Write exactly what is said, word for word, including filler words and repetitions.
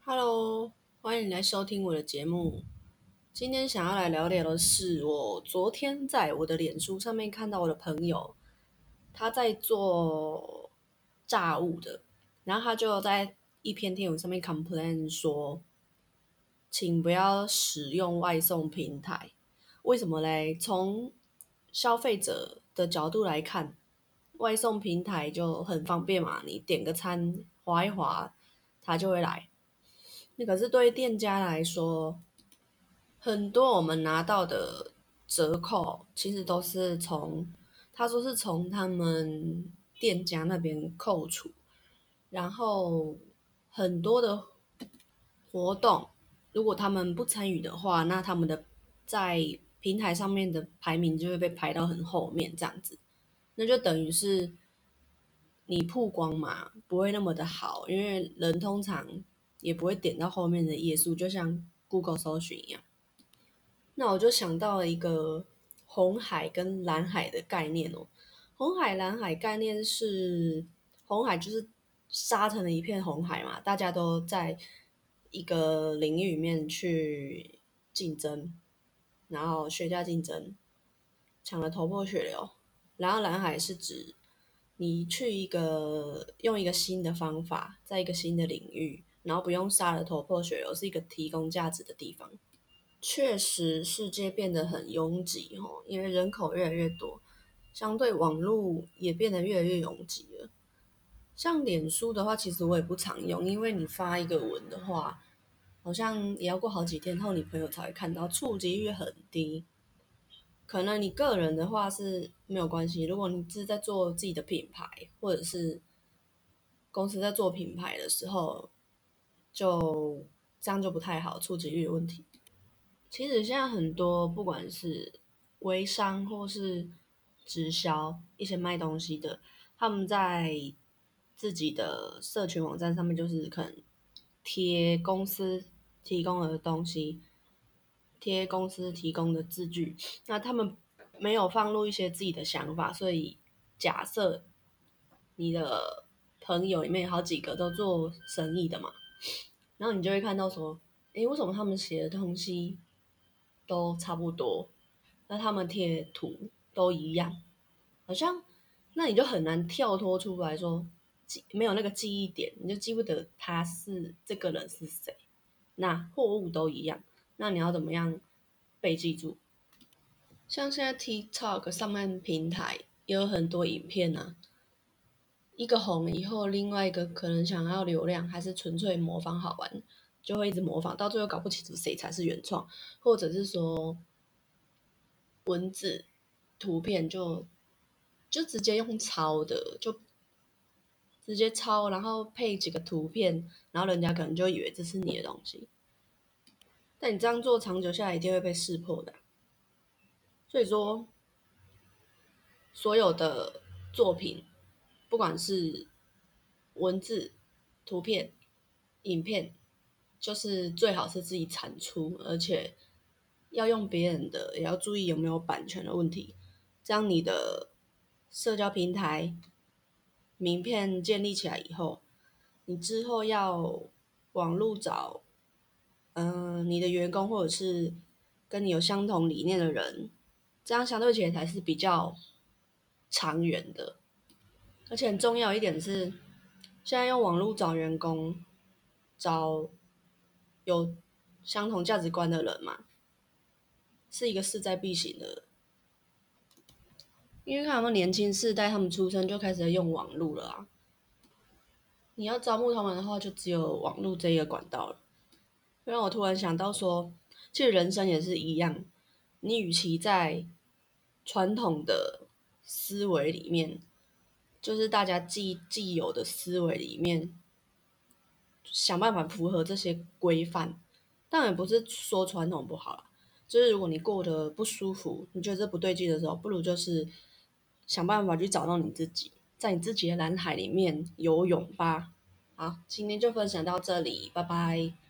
Hello，欢迎来收听我的节目。今天想要来聊聊的是，我昨天在我的脸书上面看到我的朋友，他在做炸物的，然后他就在一篇贴文上面 complain 说，请不要使用外送平台。为什么嘞？从消费者的角度来看，外送平台就很方便嘛，你点个餐，划一划，它就会来。那可是对店家来说，很多我们拿到的折扣其实都是从他说是从他们店家那边扣除，然后很多的活动，如果他们不参与的话，那他们的在平台上面的排名就会被排到很后面，这样子，那就等于是你曝光嘛，不会那么的好，因为人通常也不会点到后面的页数，就像 Google 搜寻一样。那我就想到了一个红海跟蓝海的概念哦。红海、蓝海概念是，红海就是沙成了一片红海嘛，大家都在一个领域里面去竞争，然后血价竞争，抢了头破血流。然后蓝海是指你去一个用一个新的方法，在一个新的领域，然后不用杀得头破血流，是一个提供价值的地方。确实，世界变得很拥挤哦，因为人口越来越多，相对网络也变得越来越拥挤了。像脸书的话，其实我也不常用，因为你发一个文的话，好像也要过好几天后，你朋友才会看到，触及率很低。可能你个人的话是没有关系，如果你是在做自己的品牌，或者是公司在做品牌的时候，就这样就不太好，触及率的问题。其实现在很多不管是微商或是直销，一些卖东西的，他们在自己的社群网站上面，就是可能贴公司提供的东西，贴公司提供的字句，那他们没有放入一些自己的想法，所以假设你的朋友里面有好几个都做生意的嘛，然后你就会看到说，诶，为什么他们写的东西都差不多，那他们贴图都一样，好像那你就很难跳脱出来说，记没有那个记忆点，你就记不得他是这个人是谁。那货物都一样，那你要怎么样被记住？像现在 TikTok 上面平台也有很多影片啊，一个红以后，另外一个可能想要流量，还是纯粹模仿好玩，就会一直模仿，到最后搞不清楚谁才是原创，或者是说文字、图片就就直接用抄的，就直接抄，然后配几个图片，然后人家可能就以为这是你的东西，但你这样做长久下来一定会被识破的啊。所以说，所有的作品，不管是文字、图片、影片，就是最好是自己产出，而且要用别人的，也要注意有没有版权的问题。这样你的社交平台名片建立起来以后，你之后要网路找，嗯、呃你的员工或者是跟你有相同理念的人，这样相对起来才是比较长远的。而且很重要一点是，现在用网络找员工，找有相同价值观的人嘛，是一个势在必行的。因为看他们年轻世代，他们出生就开始在用网络了啊。你要招募他们的话，就只有网络这一个管道了。让我突然想到说，其实人生也是一样，你与其在传统的思维里面，就是大家既既有的思维里面，想办法符合这些规范。当然不是说传统不好啦，就是如果你过得不舒服，你觉得这不对劲的时候，不如就是想办法去找到你自己，在你自己的蓝海里面游泳吧。好，今天就分享到这里，拜拜。